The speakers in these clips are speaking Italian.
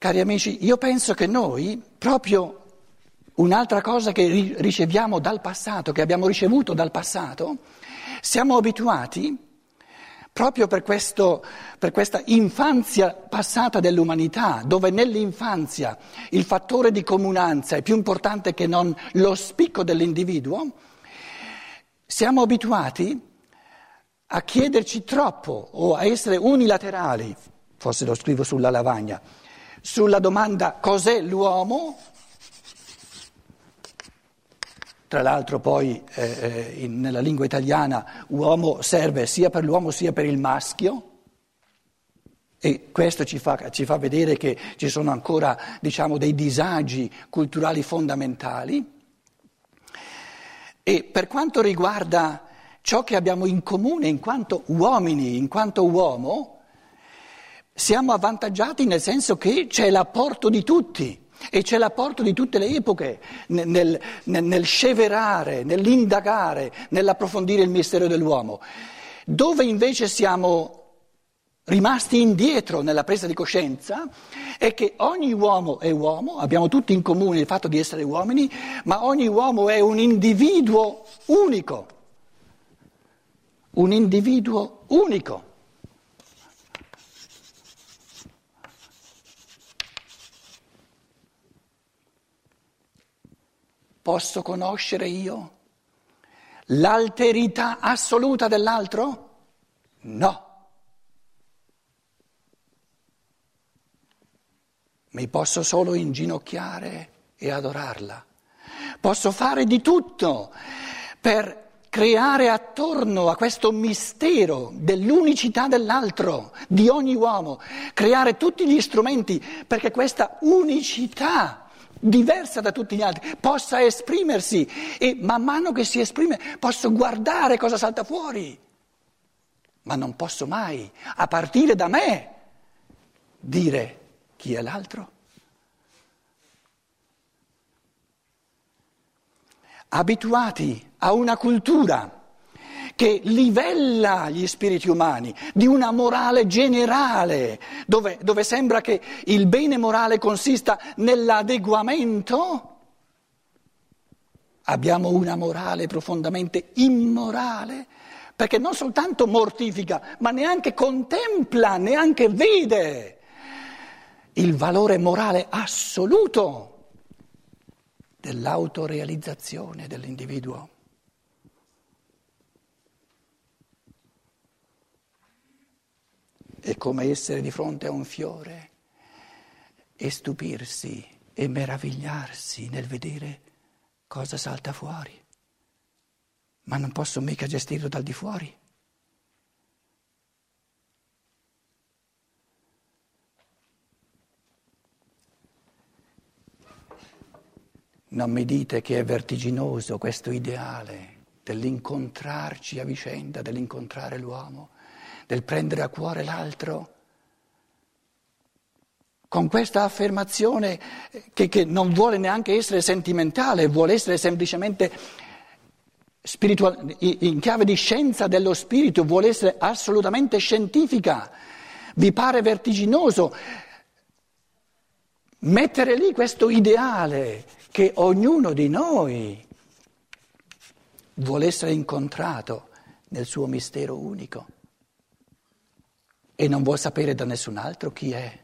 cari amici, io penso che noi, proprio un'altra cosa che riceviamo dal passato, che abbiamo ricevuto dal passato, siamo abituati, proprio per questa infanzia passata dell'umanità, dove nell'infanzia il fattore di comunanza è più importante che non lo spicco dell'individuo, siamo abituati a chiederci troppo o a essere unilaterali, forse lo scrivo sulla lavagna, sulla domanda cos'è l'uomo. Tra l'altro poi nella lingua italiana uomo serve sia per l'uomo sia per il maschio e questo ci fa vedere che ci sono ancora, diciamo, dei disagi culturali fondamentali. E per quanto riguarda ciò che abbiamo in comune in quanto uomini, in quanto uomo, siamo avvantaggiati nel senso che c'è l'apporto di tutti. E c'è l'apporto di tutte le epoche nel sceverare, nell'indagare, nell'approfondire il mistero dell'uomo. Dove invece siamo rimasti indietro nella presa di coscienza è che ogni uomo è uomo, abbiamo tutti in comune il fatto di essere uomini, ma ogni uomo è un individuo unico. Un individuo unico. Posso conoscere io l'alterità assoluta dell'altro? No. Mi posso solo inginocchiare e adorarla. Posso fare di tutto per creare attorno a questo mistero dell'unicità dell'altro, di ogni uomo, creare tutti gli strumenti perché questa unicità diversa da tutti gli altri, possa esprimersi e man mano che si esprime posso guardare cosa salta fuori, ma non posso mai, a partire da me, dire chi è l'altro. Abituati a una cultura che livella gli spiriti umani di una morale generale, dove sembra che il bene morale consista nell'adeguamento, abbiamo una morale profondamente immorale, perché non soltanto mortifica, ma neanche contempla, neanche vede il valore morale assoluto dell'autorealizzazione dell'individuo. È come essere di fronte a un fiore e stupirsi e meravigliarsi nel vedere cosa salta fuori. Ma non posso mica gestirlo dal di fuori. Non mi dite che è vertiginoso questo ideale dell'incontrarci a vicenda, dell'incontrare l'uomo, del prendere a cuore l'altro, con questa affermazione che non vuole neanche essere sentimentale, vuole essere semplicemente spirituale, in chiave di scienza dello spirito, vuole essere assolutamente scientifica. Vi pare vertiginoso mettere lì questo ideale che ognuno di noi vuole essere incontrato nel suo mistero unico e non vuol sapere da nessun altro chi è.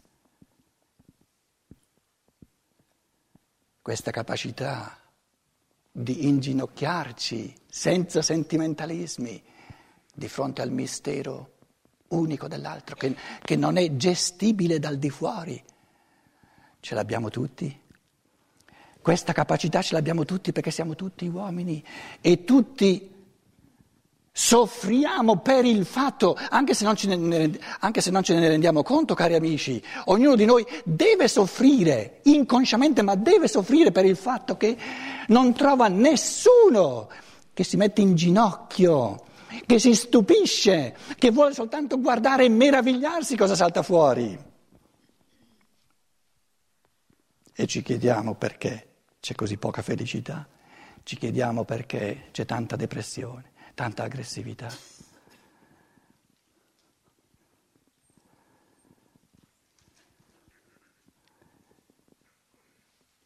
Questa capacità di inginocchiarci senza sentimentalismi di fronte al mistero unico dell'altro, che non è gestibile dal di fuori, ce l'abbiamo tutti. Questa capacità ce l'abbiamo tutti perché siamo tutti uomini e tutti soffriamo per il fatto, anche se non ce ne rendiamo conto, cari amici, ognuno di noi deve soffrire, inconsciamente, ma deve soffrire per il fatto che non trova nessuno che si mette in ginocchio, che si stupisce, che vuole soltanto guardare e meravigliarsi cosa salta fuori. E ci chiediamo perché c'è così poca felicità, ci chiediamo perché c'è tanta depressione, tanta aggressività.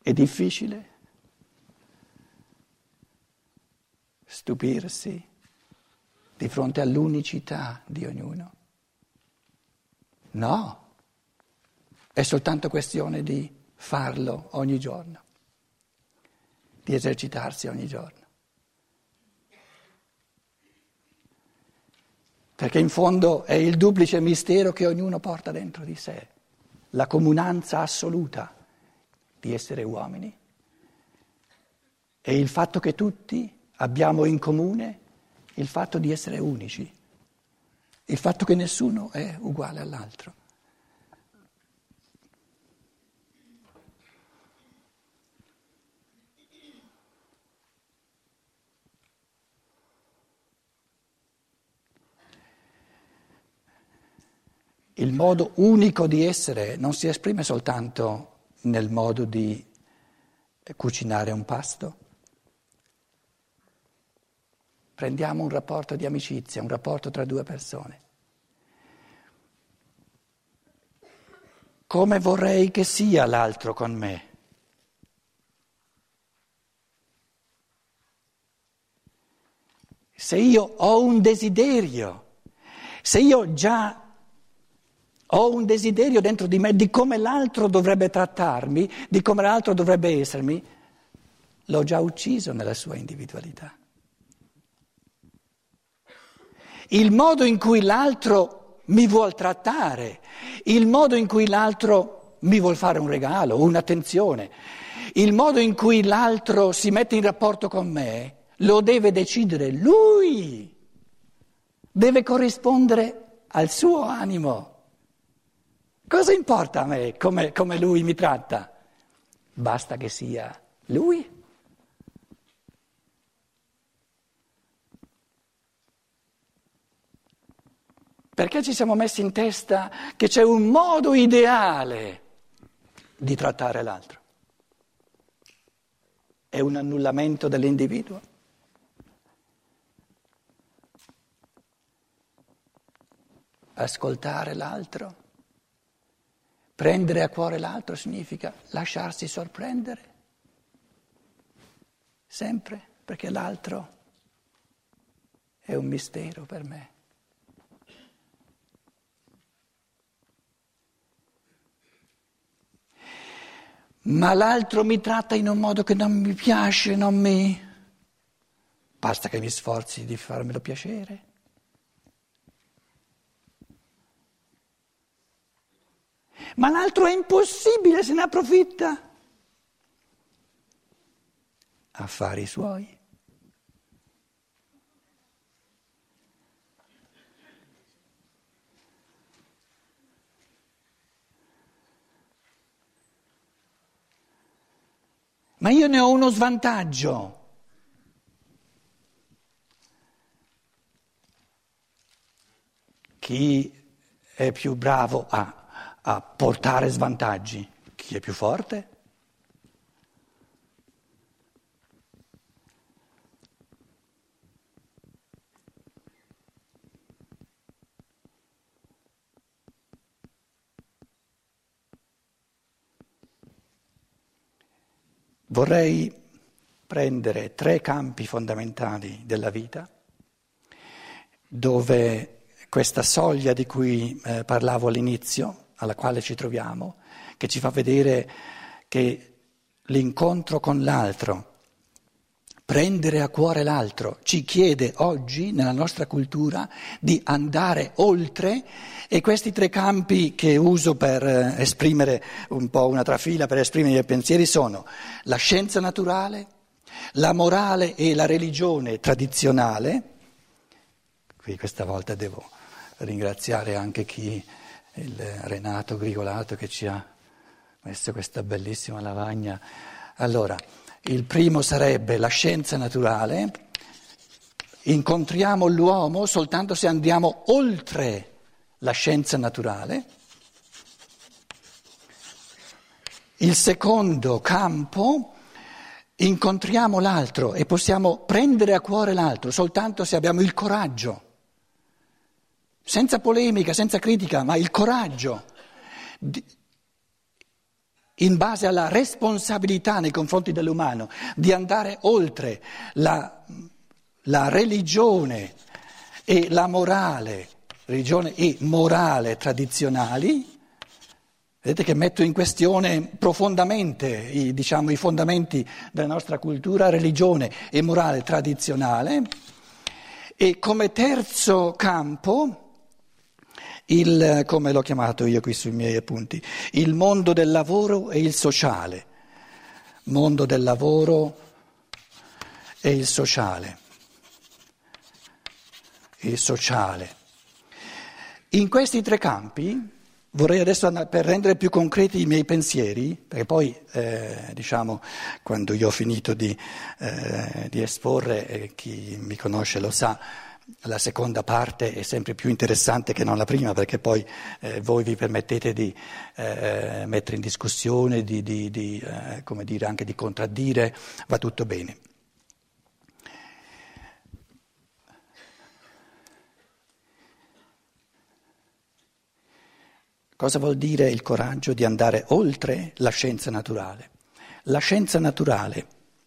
È difficile stupirsi di fronte all'unicità di ognuno. No, è soltanto questione di farlo ogni giorno, di esercitarsi ogni giorno. Perché in fondo è il duplice mistero che ognuno porta dentro di sé, la comunanza assoluta di essere uomini e il fatto che tutti abbiamo in comune il fatto di essere unici, il fatto che nessuno è uguale all'altro. Il modo unico di essere non si esprime soltanto nel modo di cucinare un pasto. Prendiamo un rapporto di amicizia, un rapporto tra due persone. Come vorrei che sia l'altro con me? Se io ho un desiderio, se io già ho un desiderio dentro di me di come l'altro dovrebbe trattarmi, di come l'altro dovrebbe essermi, l'ho già ucciso nella sua individualità. Il modo in cui l'altro mi vuol trattare, il modo in cui l'altro mi vuol fare un regalo, un'attenzione, il modo in cui l'altro si mette in rapporto con me, lo deve decidere lui, deve corrispondere al suo animo. Cosa importa a me come lui mi tratta? Basta che sia lui. Perché ci siamo messi in testa che c'è un modo ideale di trattare l'altro? È un annullamento dell'individuo. Ascoltare l'altro. Prendere a cuore l'altro significa lasciarsi sorprendere, sempre, perché l'altro è un mistero per me. Ma l'altro mi tratta in un modo che non mi piace, Basta che mi sforzi di farmelo piacere. Ma l'altro è impossibile, se ne approfitta. Affari suoi. Ma io ne ho uno svantaggio. Chi è più bravo a portare svantaggi? Chi è più forte? Vorrei prendere 3 campi fondamentali della vita dove questa soglia di cui parlavo all'inizio, alla quale ci troviamo, che ci fa vedere che l'incontro con l'altro, prendere a cuore l'altro, ci chiede oggi nella nostra cultura di andare oltre, e questi 3 campi che uso per esprimere un po' una trafila, per esprimere i miei pensieri sono la scienza naturale, la morale e la religione tradizionale. Qui questa volta devo ringraziare anche il Renato Grigolato che ci ha messo questa bellissima lavagna. Allora, il primo sarebbe la scienza naturale. Incontriamo l'uomo soltanto se andiamo oltre la scienza naturale. Il secondo campo, incontriamo l'altro e possiamo prendere a cuore l'altro soltanto se abbiamo il coraggio. Senza polemica, senza critica, ma il coraggio. in base alla responsabilità nei confronti dell'umano di andare oltre la religione e la morale, religione e morale tradizionali. Vedete che metto in questione profondamente i fondamenti della nostra cultura, religione e morale tradizionale. E come terzo campo, come l'ho chiamato io qui sui miei appunti, il mondo del lavoro e il sociale. Mondo del lavoro e il sociale. Il sociale. In questi tre campi vorrei adesso, per rendere più concreti i miei pensieri, perché poi, quando io ho finito di esporre, chi mi conosce lo sa, la seconda parte è sempre più interessante che non la prima, perché poi voi vi permettete di mettere in discussione, anche di contraddire, va tutto bene. Cosa vuol dire il coraggio di andare oltre la scienza naturale? La scienza naturale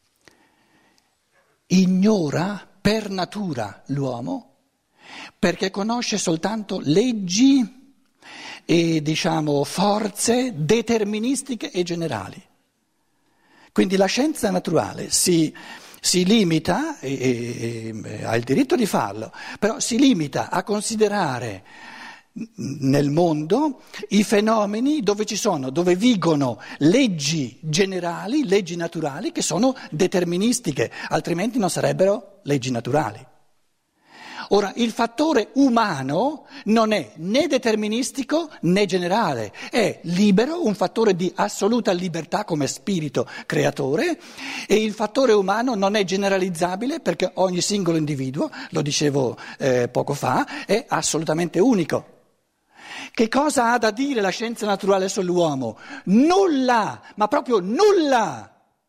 ignora per natura l'uomo perché conosce soltanto leggi e forze deterministiche e generali. Quindi la scienza naturale si limita, e ha il diritto di farlo, però si limita a considerare nel mondo i fenomeni dove vigono leggi generali, leggi naturali che sono deterministiche, altrimenti non sarebbero leggi naturali. Ora, il fattore umano non è né deterministico né generale, è libero, un fattore di assoluta libertà come spirito creatore, e il fattore umano non è generalizzabile perché ogni singolo individuo, lo dicevo poco fa, è assolutamente unico. Che cosa ha da dire la scienza naturale sull'uomo? Nulla, ma proprio nulla.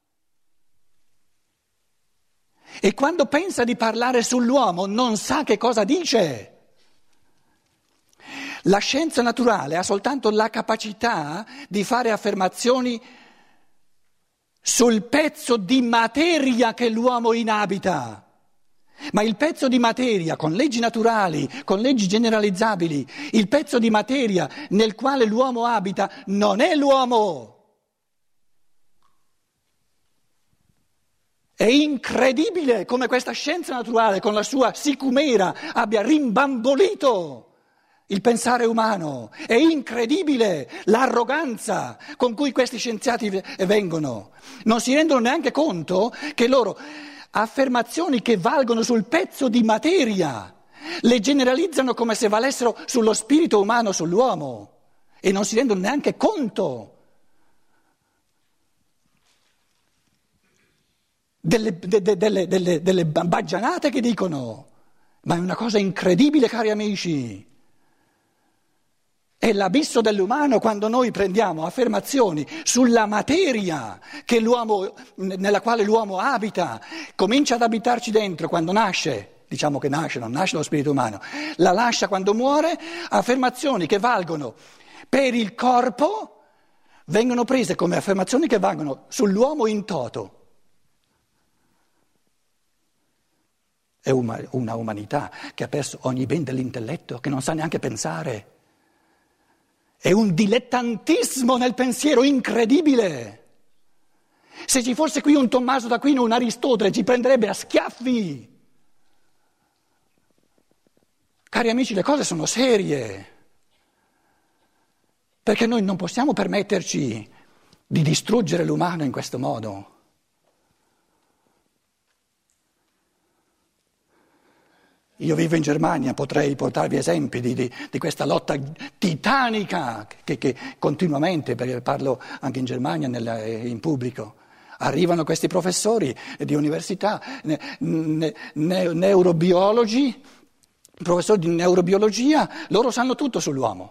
E quando pensa di parlare sull'uomo non sa che cosa dice. La scienza naturale ha soltanto la capacità di fare affermazioni sul pezzo di materia che l'uomo inabita. Ma il pezzo di materia, con leggi naturali, con leggi generalizzabili, il pezzo di materia nel quale l'uomo abita non è l'uomo. È incredibile come questa scienza naturale, con la sua sicumera, abbia rimbambolito il pensare umano. È incredibile l'arroganza con cui questi scienziati vengono. Non si rendono neanche conto che loro affermazioni che valgono sul pezzo di materia le generalizzano come se valessero sullo spirito umano, sull'uomo, e non si rendono neanche conto delle baggianate che dicono. Ma è una cosa incredibile, cari amici. È l'abisso dell'umano quando noi prendiamo affermazioni sulla materia nella quale l'uomo abita, comincia ad abitarci dentro quando nasce, diciamo che nasce, non nasce lo spirito umano, la lascia quando muore, affermazioni che valgono per il corpo, vengono prese come affermazioni che valgono sull'uomo in toto. È una umanità che ha perso ogni ben dell'intelletto, che non sa neanche pensare. È un dilettantismo nel pensiero incredibile. Se ci fosse qui un Tommaso d'Aquino, un Aristotele, ci prenderebbe a schiaffi. Cari amici, le cose sono serie, perché noi non possiamo permetterci di distruggere l'umano in questo modo. Io vivo in Germania, potrei portarvi esempi di questa lotta titanica che continuamente, perché parlo anche in Germania in pubblico, arrivano questi professori di università, neurobiologi, professori di neurobiologia, loro sanno tutto sull'uomo.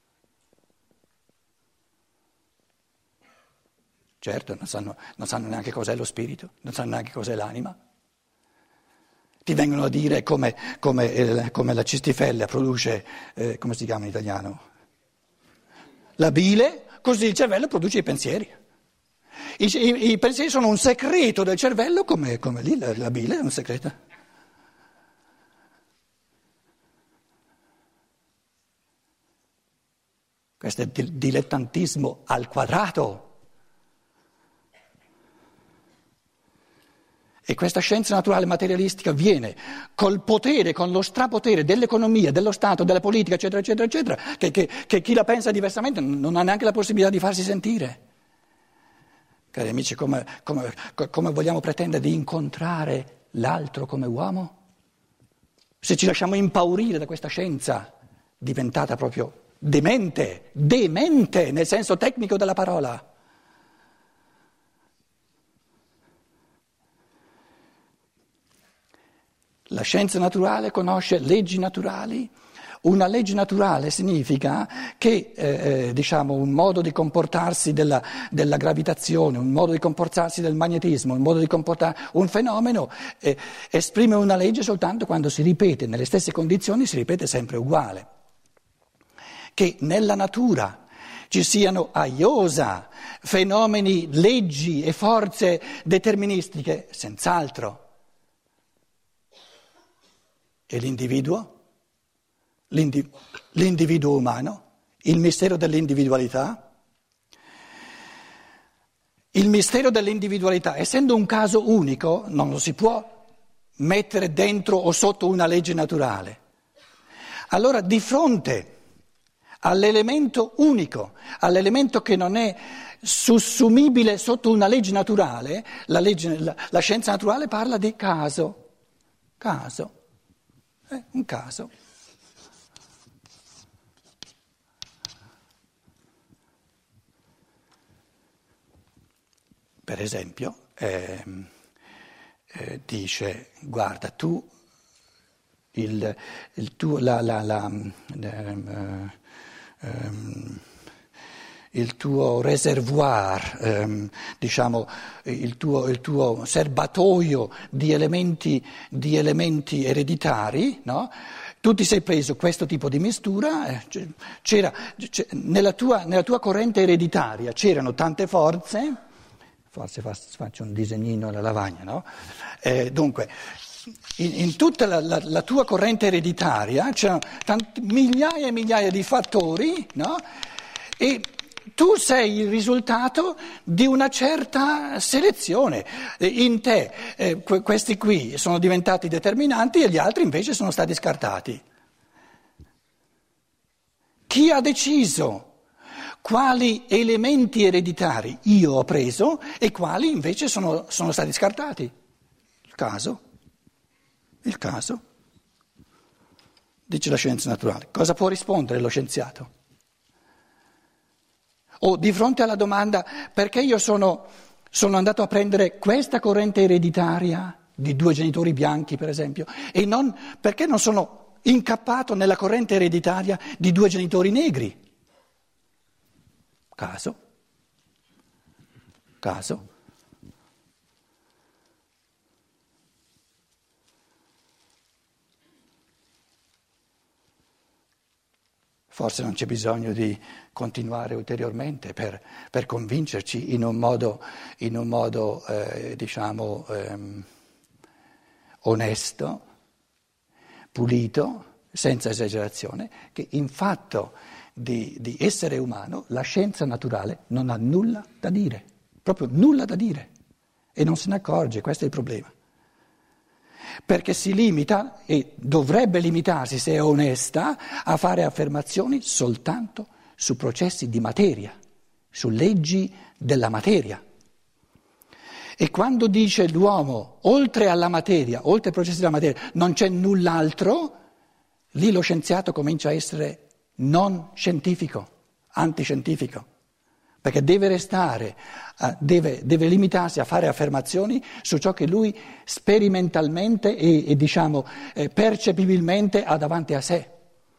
Certo, non sanno neanche cos'è lo spirito, non sanno neanche cos'è l'anima. Ti vengono a dire come la cistifellea produce, come si chiama in italiano? La bile, così il cervello produce i pensieri. I pensieri sono un segreto del cervello, come lì la bile è un segreto. Questo è dilettantismo al quadrato. E questa scienza naturale materialistica viene col potere, con lo strapotere dell'economia, dello Stato, della politica, eccetera, eccetera, eccetera, che chi la pensa diversamente non ha neanche la possibilità di farsi sentire. Cari amici, come vogliamo pretendere di incontrare l'altro come uomo? Se ci lasciamo impaurire da questa scienza diventata proprio demente nel senso tecnico della parola. La scienza naturale conosce leggi naturali. Una legge naturale significa che un modo di comportarsi della gravitazione, un modo di comportarsi del magnetismo, un modo di comportare un fenomeno esprime una legge soltanto quando si ripete nelle stesse condizioni, si ripete sempre uguale. Che nella natura ci siano a iosa fenomeni, leggi e forze deterministiche, senz'altro. E l'individuo? L'individuo umano? Il mistero dell'individualità? Il mistero dell'individualità, essendo un caso unico, non lo si può mettere dentro o sotto una legge naturale. Allora, di fronte all'elemento unico, all'elemento che non è sussumibile sotto una legge naturale, la scienza naturale parla di caso. Un caso. Per esempio, dice, guarda, tu il tuo reservoir, il tuo serbatoio di elementi ereditari, no? Tu ti sei preso questo tipo di mistura, nella tua corrente ereditaria c'erano tante forze, forse faccio un disegnino alla lavagna, no? Dunque, in tutta la tua corrente ereditaria c'erano migliaia e migliaia di fattori, no? E tu sei il risultato di una certa selezione. In te questi qui sono diventati determinanti e gli altri invece sono stati scartati. Chi ha deciso quali elementi ereditari io ho preso e quali invece sono stati scartati? Il caso. Dice la scienza naturale. Cosa può rispondere lo scienziato? O di fronte alla domanda perché io sono andato a prendere questa corrente ereditaria di 2 genitori bianchi, per esempio, e perché non sono incappato nella corrente ereditaria di 2 genitori negri? Caso. Forse non c'è bisogno di continuare ulteriormente per convincerci in un modo onesto, pulito, senza esagerazione, che in fatto di essere umano la scienza naturale non ha nulla da dire, proprio nulla da dire, e non se ne accorge, questo è il problema. Perché si limita, e dovrebbe limitarsi se è onesta, a fare affermazioni soltanto su processi di materia, su leggi della materia. E quando dice l'uomo, oltre alla materia, oltre ai processi della materia, non c'è null'altro, lì lo scienziato comincia a essere non scientifico, antiscientifico. Perché deve restare, deve limitarsi a fare affermazioni su ciò che lui sperimentalmente e percepibilmente ha davanti a sé.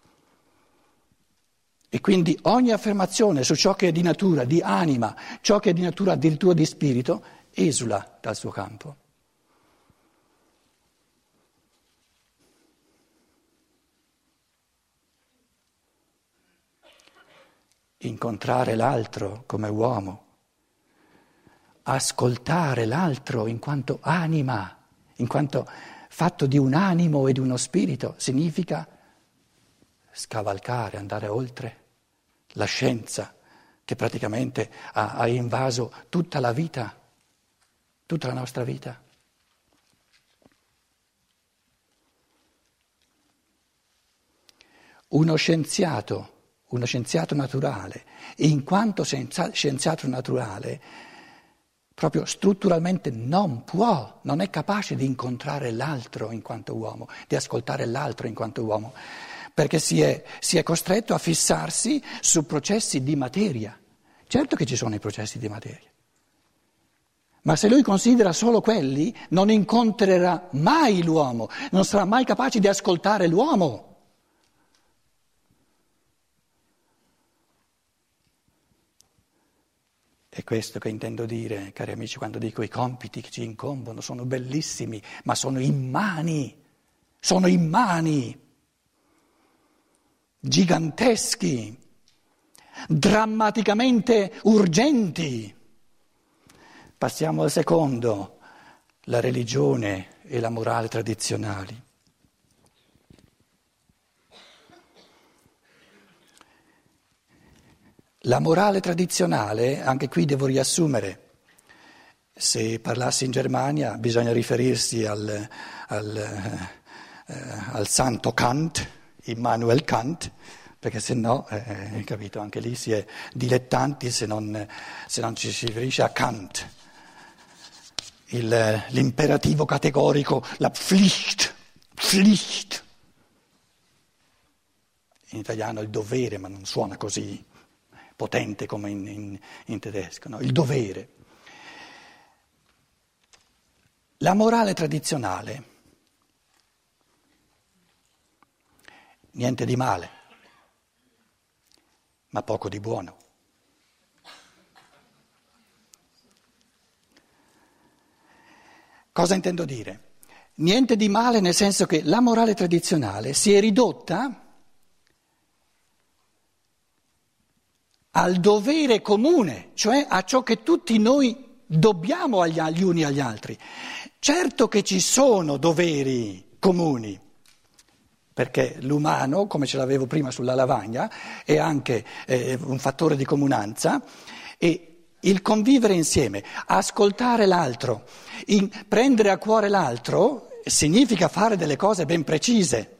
E quindi ogni affermazione su ciò che è di natura, di anima, ciò che è di natura addirittura di spirito, esula dal suo campo. Incontrare l'altro come uomo, ascoltare l'altro in quanto anima, in quanto fatto di un animo e di uno spirito, significa scavalcare, andare oltre la scienza che praticamente ha invaso tutta la vita, tutta la nostra vita. Uno scienziato naturale, in quanto scienziato naturale, proprio strutturalmente non è capace di incontrare l'altro in quanto uomo, di ascoltare l'altro in quanto uomo, perché si è costretto a fissarsi su processi di materia. Certo che ci sono i processi di materia, ma se lui considera solo quelli, non incontrerà mai l'uomo, non sarà mai capace di ascoltare l'uomo. È questo che intendo dire, cari amici, quando dico i compiti che ci incombono sono bellissimi, ma sono immani, giganteschi, drammaticamente urgenti. Passiamo al secondo, la religione e la morale tradizionali. La morale tradizionale, anche qui devo riassumere, se parlassi in Germania bisogna riferirsi al santo Kant, Immanuel Kant, perché se no, capito, anche lì si è dilettanti se non ci si riferisce a Kant. L'imperativo categorico, la Pflicht. In italiano il dovere, ma non suona così potente come in tedesco, no? Il dovere. La morale tradizionale, niente di male, ma poco di buono. Cosa intendo dire? Niente di male nel senso che la morale tradizionale si è ridotta al dovere comune, cioè a ciò che tutti noi dobbiamo agli uni agli altri. Certo che ci sono doveri comuni, perché l'umano, come ce l'avevo prima sulla lavagna, è anche un fattore di comunanza e il convivere insieme, ascoltare l'altro, prendere a cuore l'altro significa fare delle cose ben precise.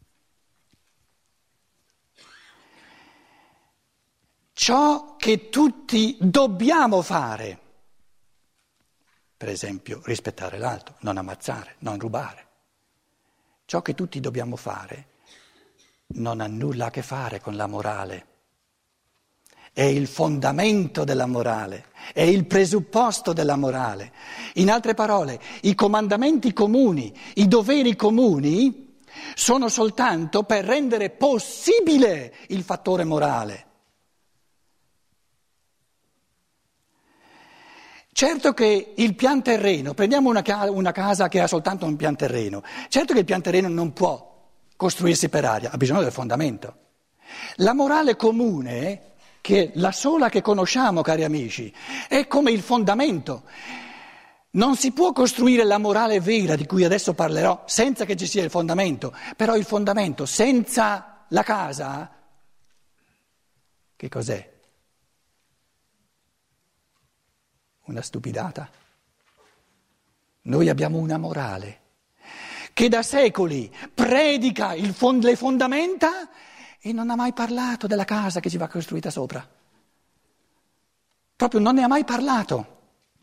Ciò che tutti dobbiamo fare, per esempio rispettare l'altro, non ammazzare, non rubare, ciò che tutti dobbiamo fare non ha nulla a che fare con la morale, è il fondamento della morale, è il presupposto della morale. In altre parole, i comandamenti comuni, i doveri comuni sono soltanto per rendere possibile il fattore morale. Certo che il pian terreno, prendiamo una casa che ha soltanto un pian terreno, certo che il pian terreno non può costruirsi per aria, ha bisogno del fondamento. La morale comune, che è la sola che conosciamo, cari amici, è come il fondamento. Non si può costruire la morale vera di cui adesso parlerò senza che ci sia il fondamento, però il fondamento senza la casa, che cos'è? Una stupidata. Noi abbiamo una morale che da secoli predica le fondamenta e non ha mai parlato della casa che ci va costruita sopra. Proprio non ne ha mai parlato.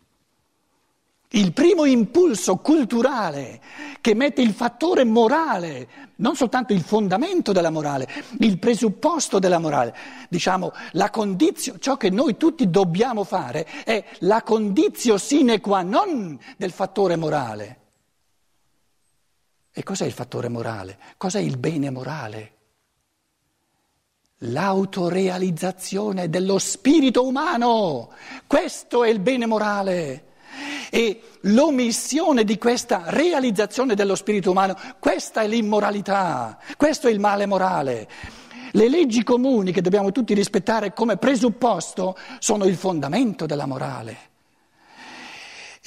Il primo impulso culturale che mette il fattore morale, non soltanto il fondamento della morale, il presupposto della morale, diciamo la condizione, ciò che noi tutti dobbiamo fare è la conditio sine qua non del fattore morale. E cos'è il fattore morale? Cos'è il bene morale? L'autorealizzazione dello spirito umano, questo è il bene morale. E l'omissione di questa realizzazione dello spirito umano, questa è l'immoralità, questo è il male morale. Le leggi comuni che dobbiamo tutti rispettare come presupposto sono il fondamento della morale.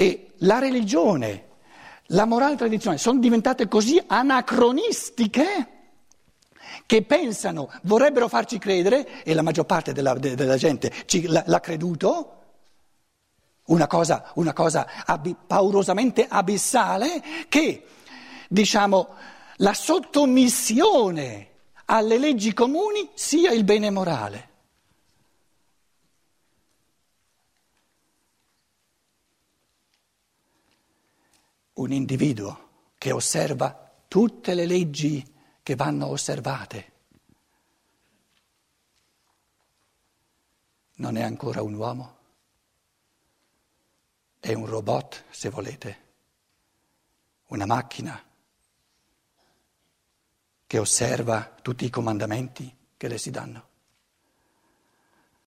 E la religione, la morale tradizionale sono diventate così anacronistiche che pensano, vorrebbero farci credere, e la maggior parte della gente l'ha creduto, una cosa paurosamente abissale, che diciamo la sottomissione alle leggi comuni sia il bene morale. Un individuo che osserva tutte le leggi che vanno osservate non è ancora un uomo, è un robot, se volete, una macchina che osserva tutti i comandamenti che le si danno.